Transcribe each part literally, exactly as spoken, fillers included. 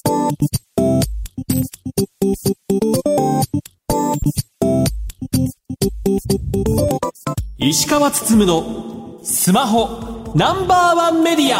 石川つつむのスマホナンバーワンメディア。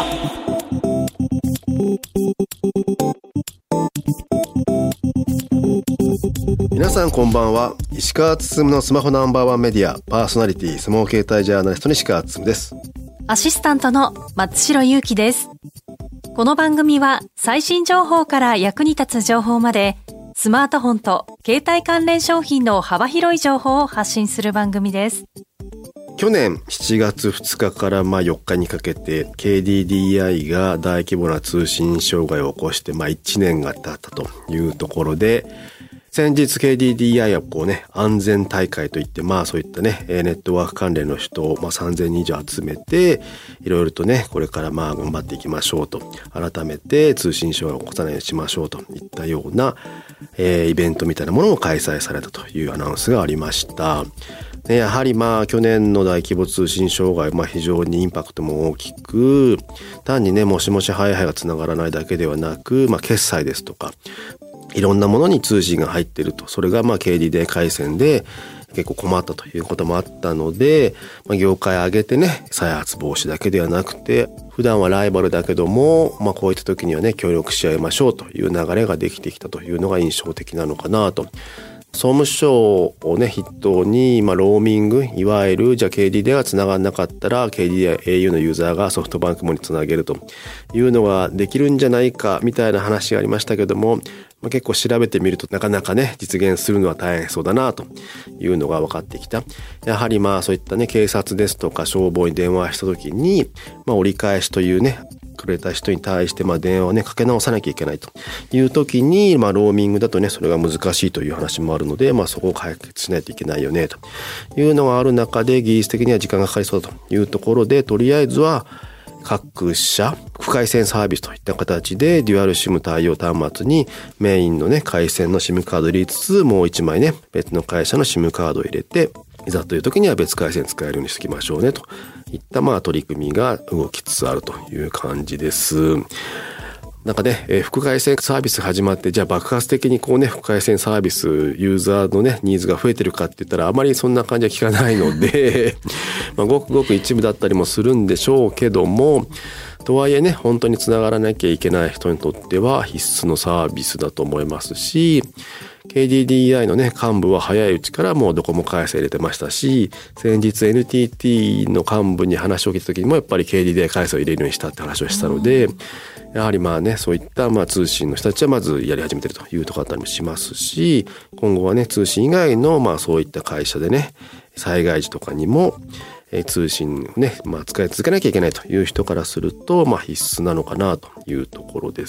皆さんこんばんは。石川つつむのスマホナンバーワンメディアパーソナリティスマホ携帯ジャーナリストの石川つつむです。 アシスタントの松代ゆうきです。この番組は最新情報から役に立つ情報までスマートフォンと携帯関連商品の幅広い情報を発信する番組です。 去年しちがつふつかからまあよっかにかけて ケーディーディーアイ が大規模な通信障害を起こしてまあいちねんが経ったというところで、先日 ケーディーディーアイ はこうね、安全大会といって、まあそういったね、ネットワーク関連の人をまあさんぜんにん以上集めて、いろいろとね、これからまあ頑張っていきましょうと、改めて通信障害を起こさないようにしましょうといったような、えー、イベントみたいなものも開催されたというアナウンスがありました。ね、やはりまあ去年の大規模通信障害、まあ非常にインパクトも大きく、単にね、もしもしハイハイがつながらないだけではなく、まあ決済ですとか、いろんなものに通信が入っていると。それがまあ ケーディー で回線で結構困ったということもあったので、まあ、業界挙げてね、再発防止だけではなくて、普段はライバルだけども、まあこういった時にはね、協力し合いましょうという流れができてきたというのが印象的なのかなと。総務省をね、筆頭に、まあ、ローミング、いわゆる、じゃあ ケーディー では繋がらなかったら、ケーディー や エーユー のユーザーがソフトバンクもに繋げるというのができるんじゃないか、みたいな話がありましたけども、まあ、結構調べてみるとなかなかね、実現するのは大変そうだな、というのが分かってきた。やはりまあ、そういったね、警察ですとか消防に電話したときに、まあ、折り返しというね、くれた人に対してまあ電話をねかけ直さなきゃいけないという時に、まあローミングだとねそれが難しいという話もあるので、まあそこを解決しないといけないよねというのがある中で、技術的には時間がかかりそうだというところで、とりあえずは各社副回線サービスといった形でデュアル シム 対応端末にメインのね回線の SIM カードを入れつつ、もう一枚ね別の会社の SIM カードを入れて、いざという時には別回線使えるようにしていきましょうねといったまあ取り組みが動きつつあるという感じです。なんかね、えー、副回線サービス始まって、じゃあ爆発的にこうね、副回線サービス、ユーザーのね、ニーズが増えてるかって言ったら、あまりそんな感じは聞かないので、まあ、ごくごく一部だったりもするんでしょうけども、とはいえね、本当に繋がらなきゃいけない人にとっては必須のサービスだと思いますし、ケーディーディーアイ のね、幹部は早いうちからもうドコモ回線入れてましたし、先日 エヌティーティー の幹部に話を聞いた時にもやっぱり ケーディーディーアイ 回線を入れるようにしたって話をしたので、やはりまあね、そういったまあ通信の人たちはまずやり始めてるというところだったりもしますし、今後はね、通信以外のまあそういった会社でね、災害時とかにも通信をね、まあ使い続けなきゃいけないという人からすると、まあ必須なのかなというところです。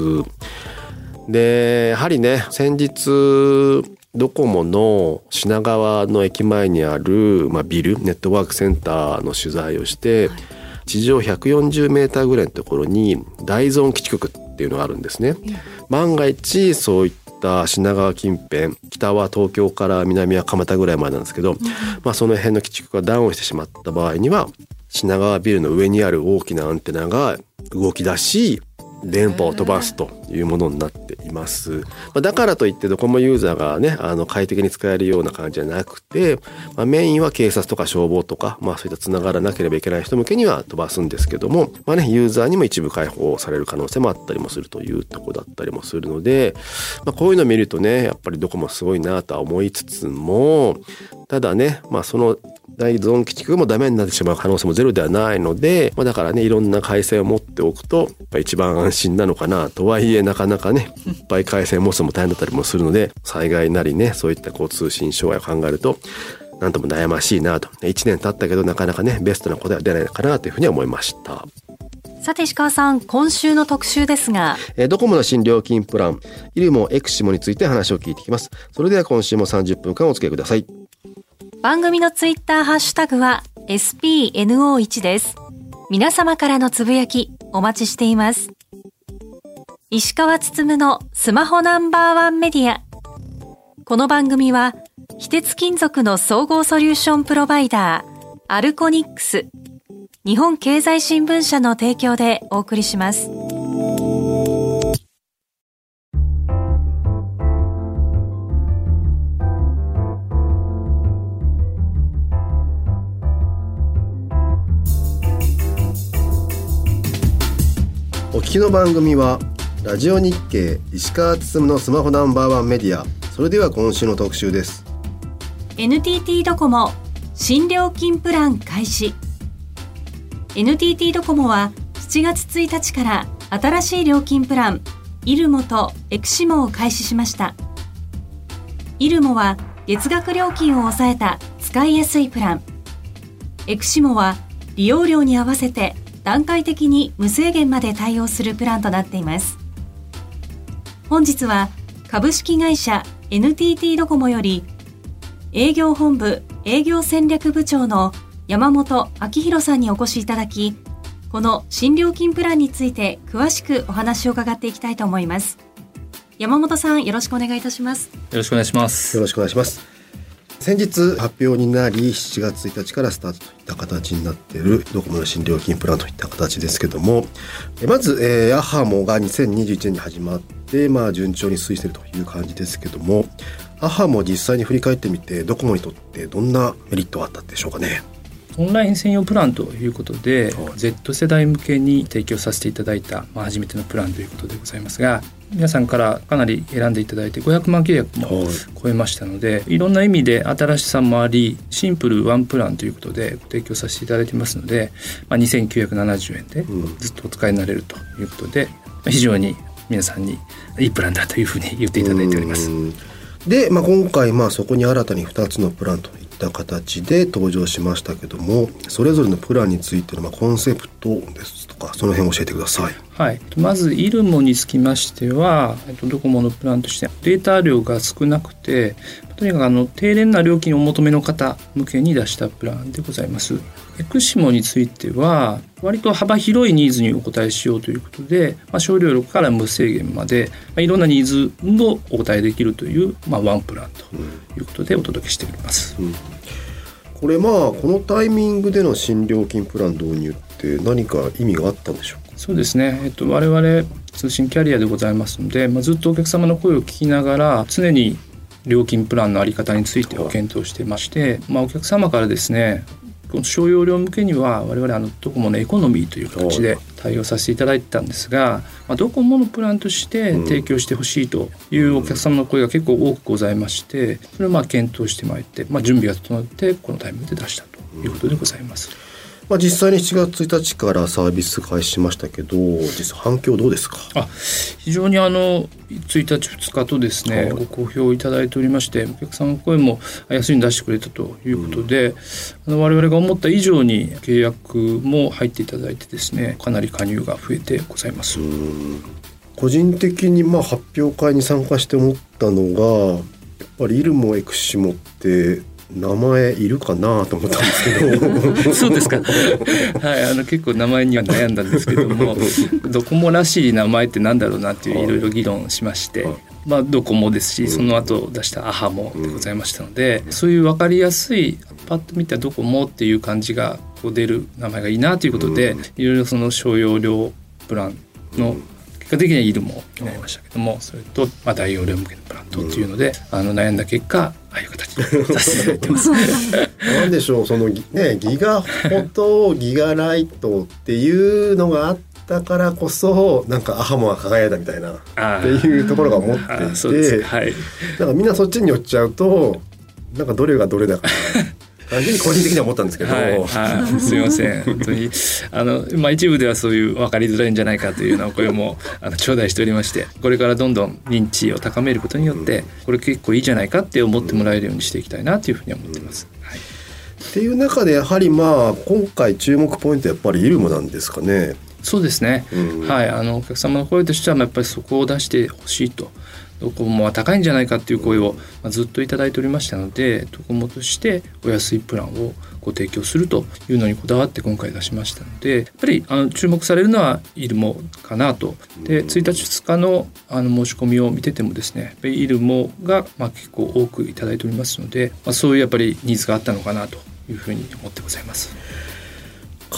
で、やはりね、先日、ドコモの品川の駅前にある、まあ、ビル、ネットワークセンターの取材をして、はい、地上ひゃくよんじゅうメーターぐらいのところに大ゾーン基地局っていうのがあるんですね。うん、万が一そういった品川近辺、北は東京から南は蒲田ぐらいまでなんですけど、うん、まあその辺の基地局がダウンしてしまった場合には、品川ビルの上にある大きなアンテナが動き出し、電波を飛ばすというものになっています。だからといってドコモユーザーがね、あの快適に使えるような感じじゃなくて、まあ、メインは警察とか消防とか、まあそういった繋がらなければいけない人向けには飛ばすんですけども、まあね、ユーザーにも一部開放される可能性もあったりもするというところだったりもするので、まあこういうのを見るとね、やっぱりドコモすごいなとは思いつつも、ただね、まあその大ゾーン基地局もダメになってしまう可能性もゼロではないので、まあ、だからね、いろんな回線を持っておくと、やっぱ一番安心なのかなとはいえ、なかなかね、いっぱい回線を持つのも大変だったりもするので、災害なりね、そういったこう通信障害を考えると、なんとも悩ましいなと。いちねん経ったけど、なかなかね、ベストな答えは出ないかなというふうに思いました。 さて石川さん、今週の特集ですが、 えー、ドコモの新料金プラン、イルモ、エクシモについて話を聞いていきます。それでは今週もさんじゅっぷんかんお付き合いください。 番組のツイッターハッシュタグは エスピーエヌオーワン です。皆様からのつぶやきお待ちしています。石川つつむのスマホナンバーワンメディア。この番組は非鉄金属の総合ソリューションプロバイダーアルコニックス、日本経済新聞社の提供でお送りします。 お聞きの番組はラジオ日経石川つつむのスマホナンバーワンメディア。それでは今週の特集です。 エヌティーティー ドコモ新料金プラン開始。 エヌティーティー ドコモはしちがつついたちから新しい料金プランイルモとエクシモを開始しました。イルモは月額料金を抑えた使いやすいプラン、エクシモは利用量に合わせて段階的に無制限まで対応するプランとなっています。本日は株式会社 エヌティーティー ドコモより営業本部営業戦略部長の山本明弘さんにお越しいただき、この新料金プランについて詳しくお話を伺っていきたいと思います。山本さん、よろしくお願いいたします。 よろしくお願いします。 よろしくお願いします。先日発表になりしちがつついたちからスタートといった形になっているドコモの新料金プランといった形ですけども、まず、えー、アハモがにせんにじゅういちねんに始まって、まあ、順調に推移しているという感じですけども、アハモ実際に振り返ってみてドコモにとってどんなメリットがあったでしょうかね。 オンライン専用プランということで、はい、Z 世代向けに提供させていただいた、まあ、初めてのプランということでございますが、皆さんからかなり選んでいただいてごひゃくまん契約も超えましたので、はい、いろんな意味で新しさもあり、シンプルワンプランということでご提供させていただいてますので、まあ、にせんきゅうひゃくななじゅうえんでずっとお使いになれるということで、うん、非常に皆さんにいいプランだというふうに言っていただいております。 で、まあ、今回まあそこに新たにふたつのプランといった形で登場しましたけども、それぞれのプランについてのまあコンセプトですとか、その辺教えてください。 はい、まずイルモにつきましては、ドコモのプランとしてデータ量が少なくて、とにかくあの低廉な料金をお求めの方向けに出したプランでございます。エクシモについては割と幅広いニーズにお答えしようということで、まあ、少量量から無制限まで、まあ、いろんなニーズをお答えできるという、まあ、ワンプランということでお届けしております。 うんうん、これまあこのタイミングでの新料金プラン導入って何か意味があったんでしょうか。 そうですね、えっと、我々通信キャリアでございますので、まあ、ずっとお客様の声を聞きながら常に料金プランの在り方についてを検討していまして、まあ、お客様からですね、この小容量向けには我々あのドコモのエコノミーという形で対応させていただいてたんですが、まあ、ドコモのプランとして提供してほしいというお客様の声が結構多くございまして、それをまあ検討してまいって、まあ、準備が整ってこのタイミングで出したということでございます。 まあ、実際にしちがつついたちからサービス開始しましたけど、実際反響どうですか。 あ、非常にあのついたちふつかとですね、はい、ご好評いただいておりまして、お客様の声も安いに出してくれたということで、うん、あの我々が思った以上に契約も入っていただいてですね、かなり加入が増えてございます。うん、 個人的にまあ発表会に参加して思ったのが、やっぱりイルモエクシモって名前いるかなと思ったんですけどそうですか、はい、あの結構名前には悩んだんですけどもドコモらしい名前ってなんだろうなっていういろいろ議論しまして、まあ、ドコモですし、その後出したアハモでございましたので、うん、そういう分かりやすいパッと見たドコモっていう感じがこう出る名前がいいなということで、うん、いろいろその小容量プランの、うん結果的にはイルモになりましたけども、それと、まあ、大容量向けのプラントっていうので、うん、あの悩んだ結果ああいう形にさせていただいてますなんでしょう、その、ね、ギガホとギガライトっていうのがあったからこそなんかアハモが輝いたみたいなっていうところが思っていて、そうです、はい、なんかみんなそっちに寄っちゃうとなんかどれがどれだか感じに個人的には思ったんですけど、はいはい、すみません本当にあの、まあ、一部ではそういう分かりづらいんじゃないかというようなお声もあの頂戴しておりまして、これからどんどん認知を高めることによって、うん、これ結構いいじゃないかって思ってもらえるようにしていきたいなというふうに思っています、うんはい、 っていう中でやはりまあ今回注目ポイントやっぱりイルモなんですかね。 そうですね、うんはい、あのお客様の声としてはやっぱりそこを出してほしいと、ドコモは高いんじゃないかっていう声をずっといただいておりましたので、ドコモとしてお安いプランをご提供するというのにこだわって今回出しましたので、やっぱりあの注目されるのはイルモかなと。でついたちふつか の, あの申し込みを見ててもですね、イルモがまあ結構多くいただいておりますので、まあ、そういうやっぱりニーズがあったのかなというふうに思ってございます。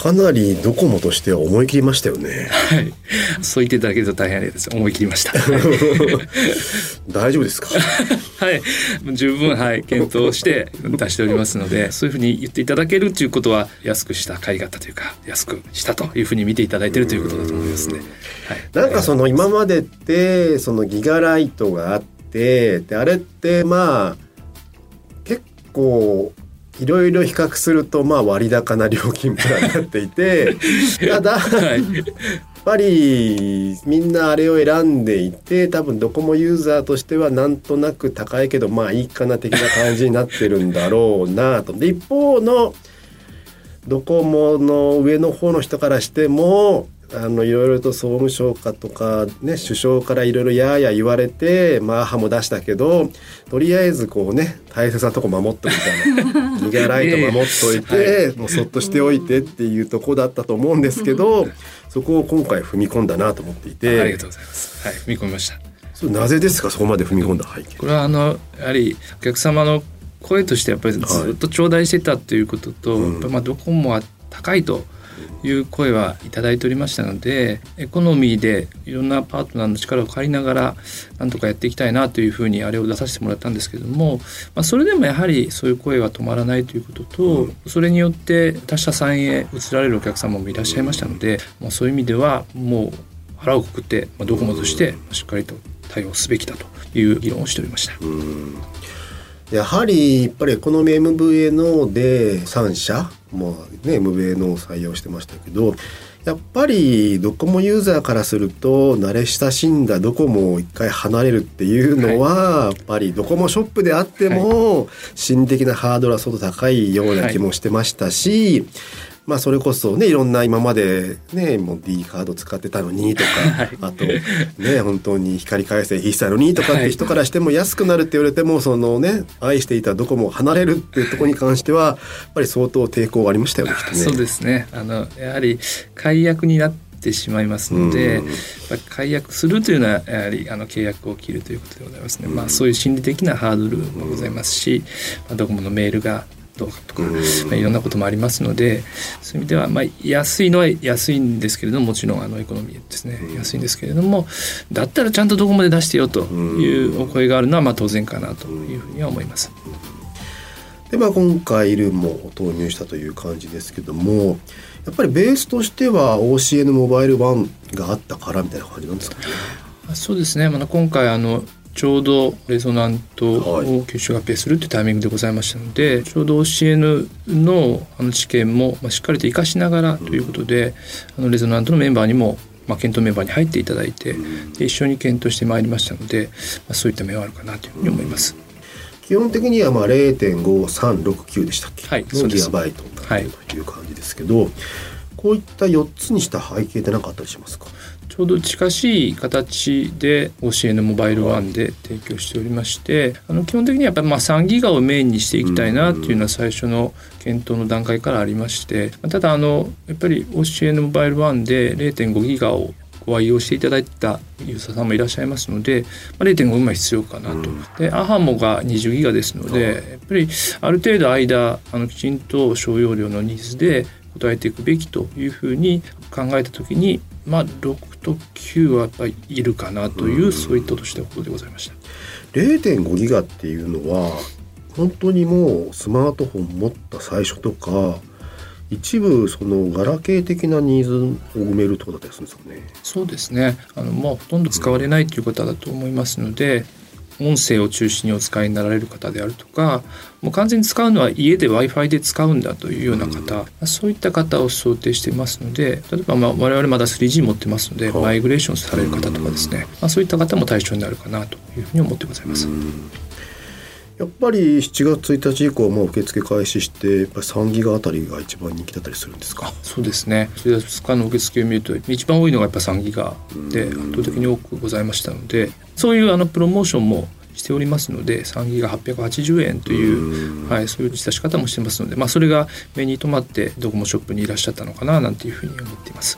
かなりドコモとしては思い切りましたよね。 はい、そう言っていただけると大変ありがたいです。思い切りました。 大丈夫ですか？ はい、十分、はい、検討して出しておりますので、そういうふうに言っていただけるということは安くした甲斐があったというか、安くしたというふうに見ていただいているということだと思いますね。はい、 なんかその今までってそのギガライトがあってで、あれってまあ結構いろいろ比較するとまあ割高な料金プランになっていてただ、はい、やっぱりみんなあれを選んでいて、多分ドコモユーザーとしてはなんとなく高いけどまあいいかな的な感じになってるんだろうなと。で一方のドコモの上の方の人からしてもあのいろいろと総務省かとかね、首相からいろいろやーや言われてまあ歯も出したけど、とりあえずこうね大切なとこ守っとくみたいなギガライト守っといて、はい、もうそっとしておいてっていうとこだったと思うんですけど、そこを今回踏み込んだなと思っていて。 ありがとうございます。はい、踏み込みました。 それなぜですか、そこまで踏み込んだ背景？ これはあのやはりお客様の声としてやっぱりずっと頂戴してたということと、はい、やっぱまあドコモは高いという声はいただいておりましたので、エコノミーでいろんなパートナーの力を借りながらなんとかやっていきたいなというふうにあれを出させてもらったんですけれども、まあ、それでもやはりそういう声は止まらないということと、うん、それによって他社さんへ移られるお客様もいらっしゃいましたので、まあ、そういう意味ではもう腹をくくって、まあ、ドコモとしてしっかりと対応すべきだという議論をしておりました。 うん、やはりやっぱりエコノミー エムブイエヌオー でさん社もうね エムブイエヌオー を採用してましたけど、やっぱりドコモユーザーからすると慣れ親しんだドコモを一回離れるっていうのは、はい、やっぱりドコモショップであっても、はい、心理的なハードルは相当高いような気もしてましたし、はい、まあそれこそねいろんな今までねもう D カード使ってたのにとか、はい、あとね本当に光回線必須なのにとかって人からしても安くなるって言われてもそのね愛していたドコモを離れるっていうところに関してはやっぱり相当抵抗ありましたよね。 ねそうですね。あのやはり解約になってしまいますので、うん、解約するというのはやはりあの契約を切るということでございますね。うん、まあそういう心理的なハードルもございますし、まあ、ドコモのメールがどうかとか、まあ、いろんなこともありますので、そういう意味ではまあ安いのは安いんですけれども、もちろんあのエコノミーですね、安いんですけれども、だったらちゃんとドコモで出してよというお声があるのはまあ当然かなというふうには思います。 でまあ、今回ルームを投入したという感じですけども、やっぱりベースとしては オーシーエヌ モバイルワンがあったからみたいな感じなんですかね。 そうですね、まあ、今回あのちょうどレゾナントを吸収合併するというタイミングでございましたので、はい、ちょうど オーシーエヌ の, あの知見もしっかりと生かしながらということで、うん、あのレゾナントのメンバーにも、まあ、検討メンバーに入っていただいて、うん、で一緒に検討してまいりましたので、まあ、そういった面はあるかなというふうに思います。うん基本的にはまあ ゼロてんごさんろくきゅう でしたっけ、 はい、 のギガバイトという感じですけど、はい、こういったよっつにした背景って何かあったりしますか？ ちょうど近しい形で オーシーエヌ モバイルワンで提供しておりまして、あの基本的にはやっぱりまあさんギガをメインにしていきたいなっていうのは最初の検討の段階からありまして、ただあのやっぱり オーシーエヌ モバイルワンで ゼロてんごギガをご愛用していただいたユーザーさんもいらっしゃいますので、まあ、ゼロてんご 今必要かなと、うん、でアハモがにじゅうギガですので、やっぱりある程度間あのきちんと小容量のニーズで応えていくべきというふうに考えたときに、まあ、ろくときゅうはやっぱりいるかなという、うん、そういったとしたことでございました。 ゼロてんごギガっていうのは本当にもうスマートフォン持った最初とか一部そのガラケー的なニーズを埋めるところだったりするんですかね。 そうですね、あのもうほとんど使われないという方だと思いますので、うん、音声を中心にお使いになられる方であるとか、もう完全に使うのは家で Wi-Fi で使うんだというような方、うん、そういった方を想定していますので、例えばまあ我々まだ スリージー 持ってますので、はい、マイグレーションされる方とかですね、まあ、そういった方も対象になるかなというふうに思ってございます。うん、 やっぱりしちがつついたち以降も受付開始してやっぱりさんギガあたりが一番人気だったりするんですか？ そうですね、しちがつふつかの受付を見ると一番多いのがやっぱさんギガで圧倒的に多くございましたので、そういうあのプロモーションもしておりますので、さんギガはっぴゃくはちじゅうえんという、はい、そういう仕方もしてますので、まあ、それが目に留まってドコモショップにいらっしゃったのかななんていうふうに思っています。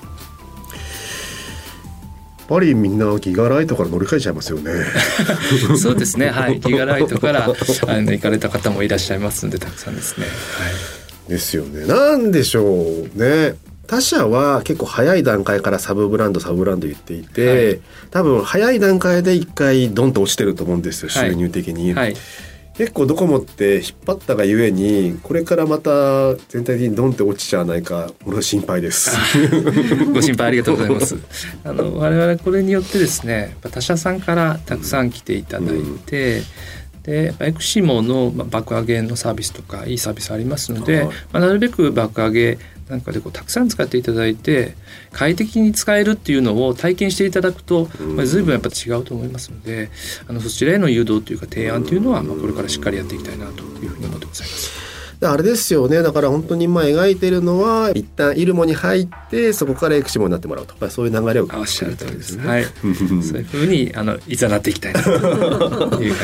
やっぱりみんなギガライトから乗り換えちゃいますよね。 そうですね、はい、ギガライトからあの行かれた方もいらっしゃいますのでたくさんですね、はい、 ですよね。なんでしょうね、 他社は結構早い段階からサブブランドサブブランド言っていて、はい、多分早い段階で一回ドンと落ちてると思うんですよ、収入的に、はいはい、結構ドコモって引っ張ったがゆえにこれからまた全体的にドンって落ちちゃわないかもの心配ですご心配ありがとうございますあの我々これによってですね他社さんからたくさん来ていただいて、うんでエクシモの爆上げのサービスとかいいサービスありますので、まあ、なるべく爆上げなんかでこうたくさん使っていただいて快適に使えるっていうのを体験していただくと、まあ、随分やっぱ違うと思いますので、あのそちらへの誘導というか提案というのは、まあ、これからしっかりやっていきたいなというふうに思ってございます。 あれですよね、だから本当に今描いているのは一旦イルモに入ってそこからエクシモになってもらうと、そういう流れをおっしゃる通りですね、はい、そういうふうにあのいざなっていきたいなという感じです。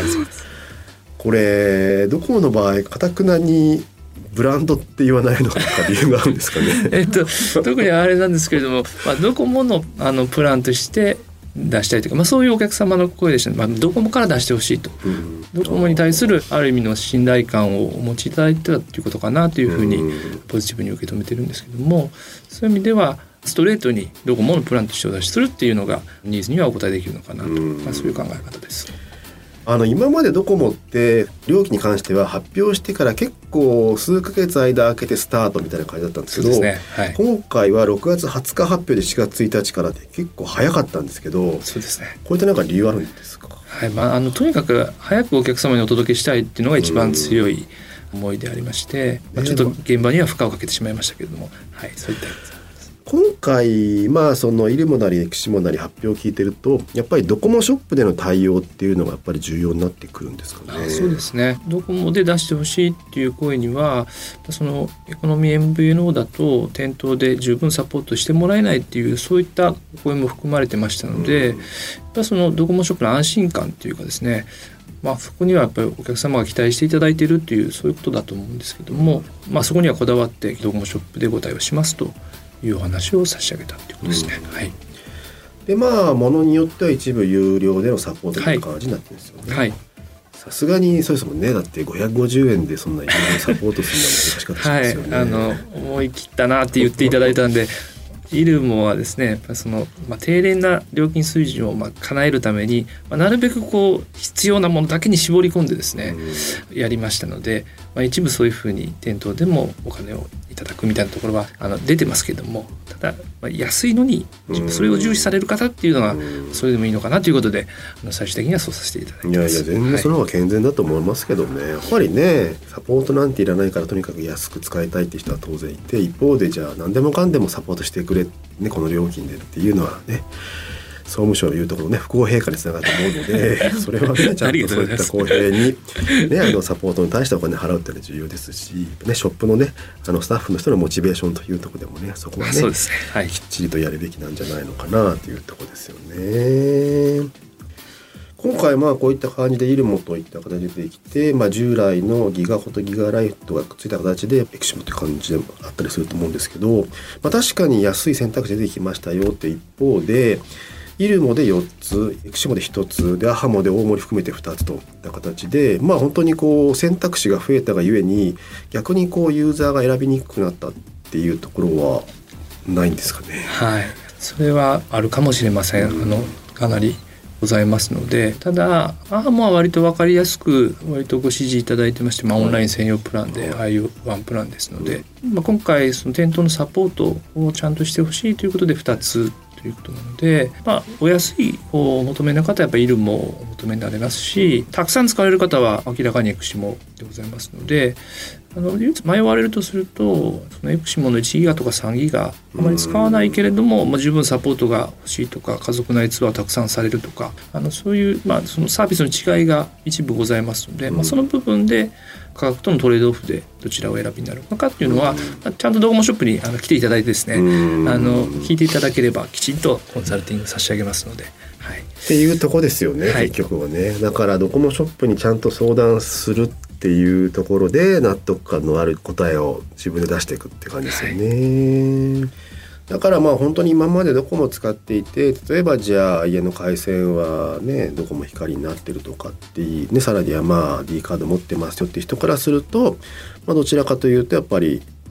これドコモの場合かたくなにブランドって言わないのか理由があるんですかねえっと特にあれなんですけれども、まあ、ドコモのあのプランとして出したりとか、まあ、そういうお客様の声でしたね、まあ、ドコモから出してほしいと、うん、ドコモに対するある意味の信頼感をお持ちいただいてたということかなというふうにポジティブに受け止めてるんですけども、そういう意味ではストレートにドコモのプランとしてお出しするっていうのがニーズにはお応えできるのかなと、うんまあ、そういう考え方です。 あの今までドコモって料金に関しては発表してから結構数ヶ月間空けてスタートみたいな感じだったんですけど、そうですね、はい、今回はろくがつはつか発表でしがつついたちからで結構早かったんですけど、 そうですね、 こういったなんか理由あるんですか？ はいまあ、あのとにかく早くお客様にお届けしたいっていうのが一番強い思いでありまして、まあ、ちょっと現場には負荷をかけてしまいましたけれども、はい、そういった意味です。 今回まあそのイルモなりエクシモなり発表を聞いてるとやっぱりドコモショップでの対応っていうのがやっぱり重要になってくるんですかね。 あそうですね、ドコモで出してほしいっていう声にはそのエコノミー エムブイエヌオー だと店頭で十分サポートしてもらえないっていうそういった声も含まれてましたので、うん、やっぱそのドコモショップの安心感っていうかですね、まあ、そこにはやっぱりお客様が期待していただいているっていうそういうことだと思うんですけども、まあ、そこにはこだわってドコモショップでご対応しますというお話を差し上げたということですね、うんはい、 でまあものによっては一部有料でのサポートという感じになってるんですよね。はいさすがにそうですもんね。だってごひゃくごじゅうえんでそんな有料サポートするのは難しかったですよね。 はい、あの思い切ったなって言っていただいたんでイルモはですねやっぱその、まあ、低廉な料金水準をまあ叶えるために、まあ、なるべくこう必要なものだけに絞り込んでですね、うん、やりましたので、まあ、一部そういうふうに店頭でもお金をいただくみたいなところはあの出てますけれども、ただ、まあ、安いのにそれを重視される方っていうのがそれでもいいのかなということであの最終的にはそうさせていただいてます。 いやいや全然その方が健全だと思いますけどね、はい、やっぱりねサポートなんていらないからとにかく安く使いたいっていう人は当然いて、一方でじゃあ何でもかんでもサポートしてくれ、ね、この料金でっていうのはね総務省の言うところね不公平化につながると思うのでそれはねちゃんとそういった公平に、ね、あのサポートに対してお金払うっていうのは重要ですし、ね、ショップのねあのスタッフの人のモチベーションというところでもねそこはね、そうですね、はい、きっちりとやるべきなんじゃないのかなというところですよね。今回まあこういった感じでイルモといった形で出てきて、まあ、従来のギガホとギガライトがくっついた形でエクシモという感じであったりすると思うんですけど、まあ、確かに安い選択肢出てきましたよって一方でイルモでよっつ、エクシモでひとつでアハモで大盛り含めてふたつといった形で、まあ本当にこう選択肢が増えたがゆえに逆にこうユーザーが選びにくくなったっていうところはないんですかね。 はい、それはあるかもしれません。あのかなりございますので、ただアハモは割と分かりやすく割とご指示いただいてまして、まあ、オンライン専用プランで アイオーワン プランですので、まあ、今回その店頭のサポートをちゃんとしてほしいということでふたつということなので、まあ、お安い方をお求めの方はやっぱりイルモをお求めになれますし、たくさん使われる方は明らかにエクシモでございますので、あの唯一迷われるとするとそのエクシモのいちギガとかさんギガあまり使わないけれども、まあ、十分サポートが欲しいとか家族内通話をたくさんされるとか、あのそういう、まあ、そのサービスの違いが一部ございますので、まあ、その部分で価格とのトレードオフでどちらを選びになるのかっていうのは、まあ、ちゃんとドコモショップにあの来ていただいてですね、あの聞いていただければきちんとコンサルティング差し上げますので、はい、 っていうところですよね、はい、結局はね。だからドコモショップにちゃんと相談するっていうところで納得感のある答えを自分で出していくって感じですよね、はい。だからまあ本当に今までドコモ使っていて、例えばじゃあ家の回線はねドコモ光になってるとかっていう、ね、さらにはまあ D カード持ってますよっていう人からすると、まあ、どちらかというとやっぱり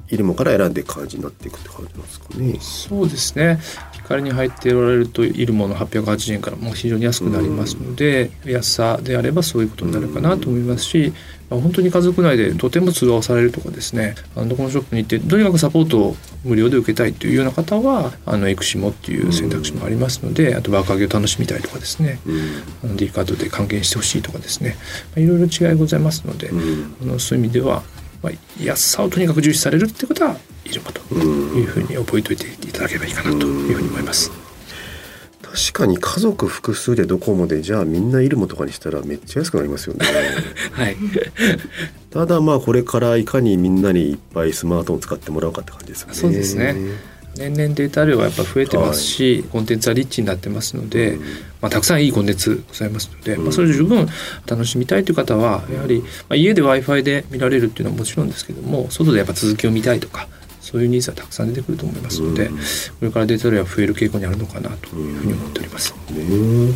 イルモから選んでいく感じになっていくって感じなんですかね。 そうですね。光に入っておられるとイルモのはっぴゃくはちじゅうえんからもう非常に安くなりますので、うん、安さであればそういうことになるかなと思いますし、まあ、本当に家族内でとても通話をされるとかですね、あのドコモショップに行ってとにかくサポートを無料で受けたいというような方はあのエクシモっていう選択肢もありますので、あと爆上げを楽しみたいとかですね、うん、あの D カードで還元してほしいとかですね、まあ、いろいろ違いございますので、うん、あのそういう意味では、まあ、安さをとにかく重視されるってことはイルモというふうに覚えておいていただければいいかなというふうに思います。 確かに家族複数でドコモでじゃあみんなイルモとかにしたらめっちゃ安くなりますよね。 はい、 ただまあこれからいかにみんなにいっぱいスマートフォン使ってもらうかって感じですよね。 そうですね。年々データ量はやっぱ増えてますし、はい、コンテンツはリッチになってますので、うんまあ、たくさんいいコンテンツございますので、うんまあ、それ十分楽しみたいという方はやはり、まあ、家で Wi-Fi で見られるっていうのはもちろんですけども、外でやっぱ続きを見たいとかそういうニーズはたくさん出てくると思いますので、うん、これからデータ量は増える傾向にあるのかなというふうに思っております、 うんね、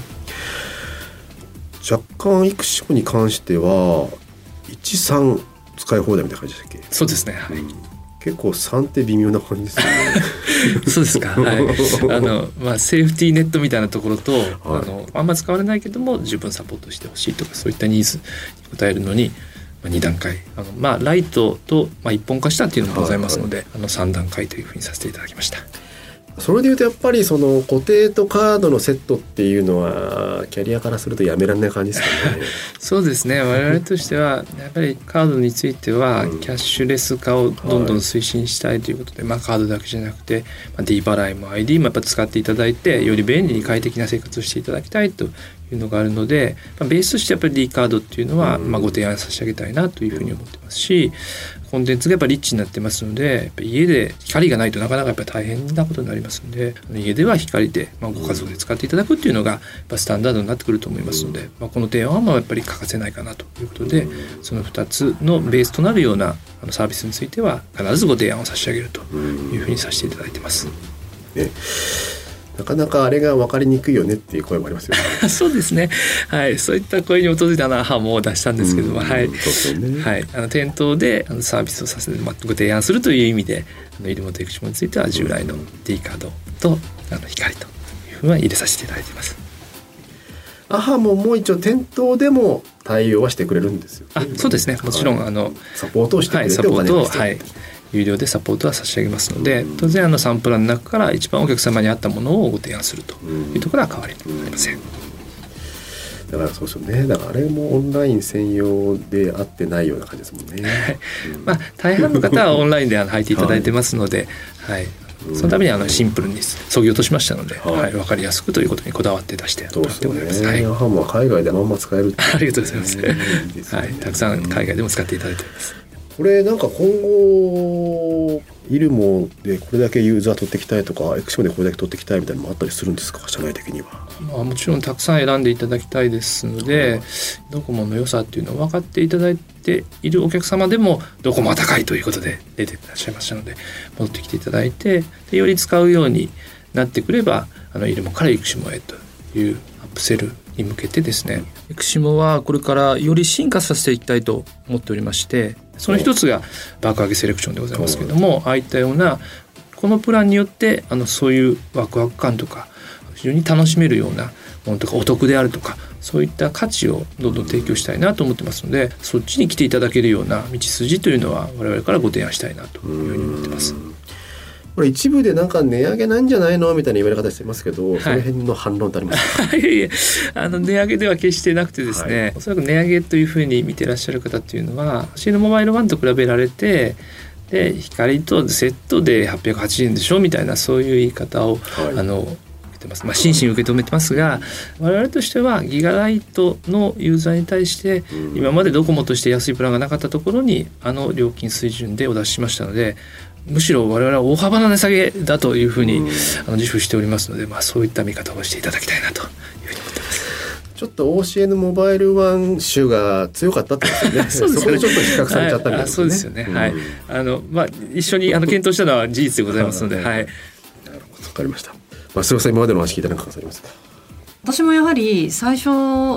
若干イクシモに関してはいちさん使い放題みたいな感じでしたっけ。 そうですね、はい、 うん結構さんって微妙な感じですよね。 そうですか、はい、あの、まあ、セーフティーネットみたいなところと、はい、あのあんま使われないけども十分サポートしてほしいとかそういったニーズに応えるのに、まあ、に段階あの、まあ、ライトと、まあ、一本化したっていうのもございますので、はいはい、あのさん段階というふうにさせていただきました。 それでいうとやっぱりその固定とカードのセットっていうのはキャリアからするとやめられない感じですかね。 そうですね、我々としてはやっぱりカードについてはキャッシュレス化をどんどん推進したいということで、はいまあ、カードだけじゃなくて、まあ、D 払いも アイディー もやっぱ使っていただいてより便利に快適な生活をしていただきたいというのがあるので、まあ、ベースとしてやっぱり D カードっていうのは、まあ、ご提案差し上げたいなというふうに思ってますし、コンテンツがやっぱりリッチになってますので、やっぱ家で光がないとなかなかやっぱり大変なことになりますので、家では光で、まあ、ご家族で使っていただくっていうのがやっぱスタンダードになってくると思いますので、まあ、この提案はまあやっぱり欠かせないかなということで、そのふたつのベースとなるようなあのサービスについては必ずご提案を差し上げるというふうにさせていただいてます。 ね、なかなかあれが分かりにくいよねっていう声もありますよね。 そうですね、はい、そういった声に基づいたアハも出したんですけども、はい、 そうね、はい、 あの店頭であのサービスをさせて、まあ、ご提案するという意味であのイルモとエクシモについては従来の D カードとあの光というふうに入れさせていただいています。 アハももう一応店頭でも対応はしてくれるんですよ、ね、 あそうですね、もちろん、はい、あのサポートをしてくれてお金をしてくれて、 有料でサポートは差し上げますので、当然あのサンプラーの中から一番お客様に合ったものをご提案するというところは変わりありません。 だからそうですよね。だからあれもオンライン専用で合ってないような感じですもんね。 うんまあ、大半の方はオンラインで履いていただいてますので、はいはい、そのためにあのシンプルに削ぎ落としましたので、はいはい、分かりやすくということにこだわって出してもらっております。 はい、アハも海外でまんま使えるってありがとうございます。いいですね、はい、たくさん海外でも使っていただいております。 これなんか今後イルモでこれだけユーザー取っていきたいとかエクシモでこれだけ取っていきたいみたいなのもあったりするんですか、社内的には。 まあ、もちろんたくさん選んでいただきたいですので、ドコモの良さっていうのを分かっていただいているお客様でもドコモは高いということで出ていらっしゃいましたので、戻ってきていただいて、でより使うようになってくればあのイルモからエクシモへというアップセルに向けてですね、エクシモはこれからより進化させていきたいと思っておりまして、その一つが爆上げセレクションでございますけれども、ああいったようなこのプランによってあのそういうワクワク感とか非常に楽しめるようなものとかお得であるとかそういった価値をどんどん提供したいなと思ってますので、そっちに来ていただけるような道筋というのは我々からご提案したいなというふうに思ってます。 これ一部でなんか値上げなんじゃないのみたいな言われ方してますけど、はい、その辺の反論ってありますか？いやいや、 あの値上げでは決してなくてですね、はい、おそらく値上げというふうに見てらっしゃる方っていうのは シー のモバイルワンと比べられて、で光とセットではっぴゃくはちじゅうえんでしょみたいなそういう言い方を、はい、あのまあ、真摯に受け止めてますが、我々としてはギガライトのユーザーに対して今までドコモとして安いプランがなかったところにあの料金水準でお出ししましたので、むしろ我々は大幅な値下げだというふうにあの自負しておりますので、まあ、そういった見方をしていただきたいなというふうに思ってます。 ちょっと オーシーエヌ モバイルワン種が強かったってことですね。そうですよね。そこでちょっと比較されちゃったみたいな、ね。はい、そうですよね。はい。あのまあ一緒にあの検討したのは事実でございますので、はい。なるほど、わかりました。まあ、すみません、今までの話聞いて何かありますか？ 私もやはり最初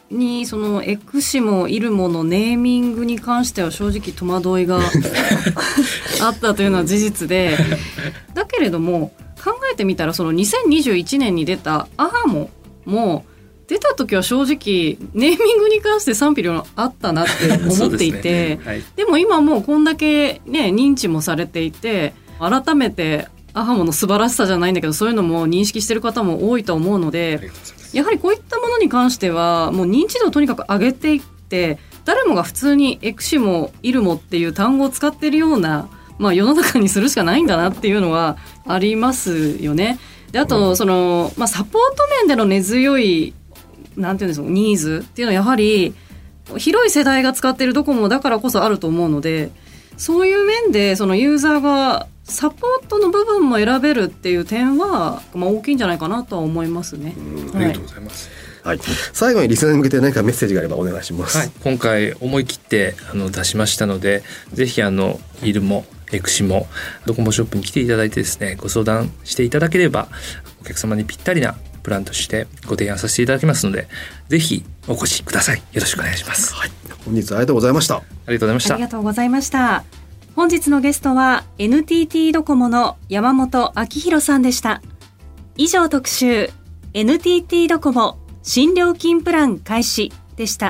にそのエクシモイルモのネーミングに関しては正直戸惑いがあったというのは事実で、だけれども考えてみたらそのにせんにじゅういちねんに出たアハモも出た時は正直ネーミングに関して賛否両論あったなって思っていてで、ねはい、でも今もうこんだけ、ね、認知もされていて改めてアハモの素晴らしさじゃないんだけどそういうのも認識している方も多いと思うので、やはりこういったものに関してはもう認知度をとにかく上げていって誰もが普通にエクシモイルモっていう単語を使っているような、まあ、世の中にするしかないんだなっていうのはありますよね。であとその、まあ、サポート面での根強いなんていうんですかニーズっていうのはやはり広い世代が使っているドコモだからこそあると思うので、そういう面でそのユーザーがサポートの部分も選べるっていう点は、まあ、大きいんじゃないかなとは思いますね。 ありがとうございます、 はい、最後にリスナーに向けて何かメッセージがあればお願いします。 はい、今回思い切ってあの出しましたので、ぜひあのイルモエクシモドコモショップに来ていただいてですね、ご相談していただければお客様にぴったりなプランとしてご提案させていただきますので、ぜひお越しください。よろしくお願いします。 はい、本日はありがとうございました。ありがとうございました。 ありがとうございました。本日のゲストは エヌティーティー ドコモの山本明弘さんでした。以上特集 エヌティーティー ドコモ新料金プラン開始でした。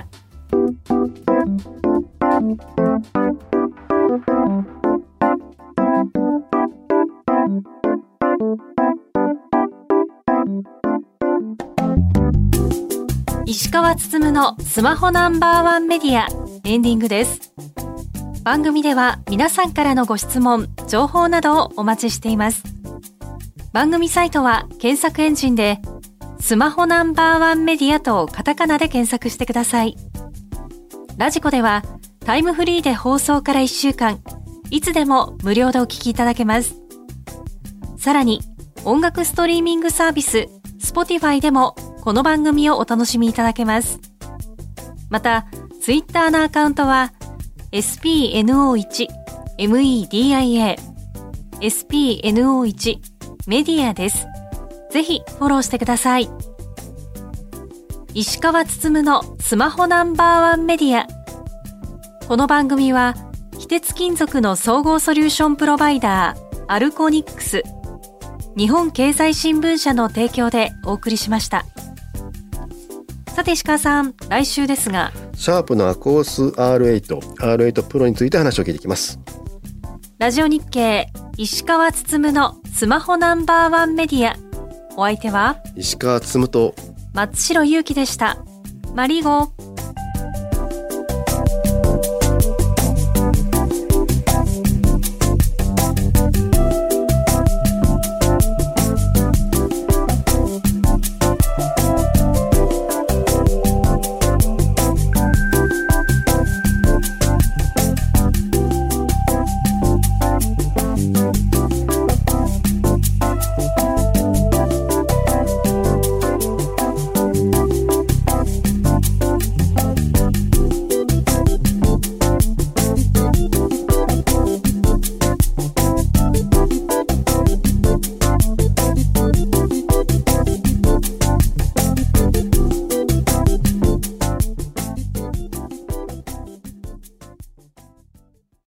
石川つつむのスマホナンバーワンメディアエンディングです。番組では皆さんからのご質問、情報などをお待ちしています。番組サイトは検索エンジンでスマホナンバーワンメディアとカタカナで検索してください。ラジコではタイムフリーで放送からいっしゅうかん、いつでも無料でお聞きいただけます。さらに音楽ストリーミングサービス Spotify でもこの番組をお楽しみいただけます。またツイッターのアカウントはエスピーエヌオーワン メディア エスピーエヌオーワン メディアです。ぜひフォローしてください。石川つつむのスマホナンバーワンメディア。この番組は非鉄金属の総合ソリューションプロバイダーアルコニックス、日本経済新聞社の提供でお送りしました。さて石川さん、来週ですがシャープのアコース アールエイト、アールエイト プロについて話を聞いていきます。 ラジオ日経石川つつむのスマホナンバーワンメディア。お相手は石川つつむと松代ゆうきでした。マリーゴー。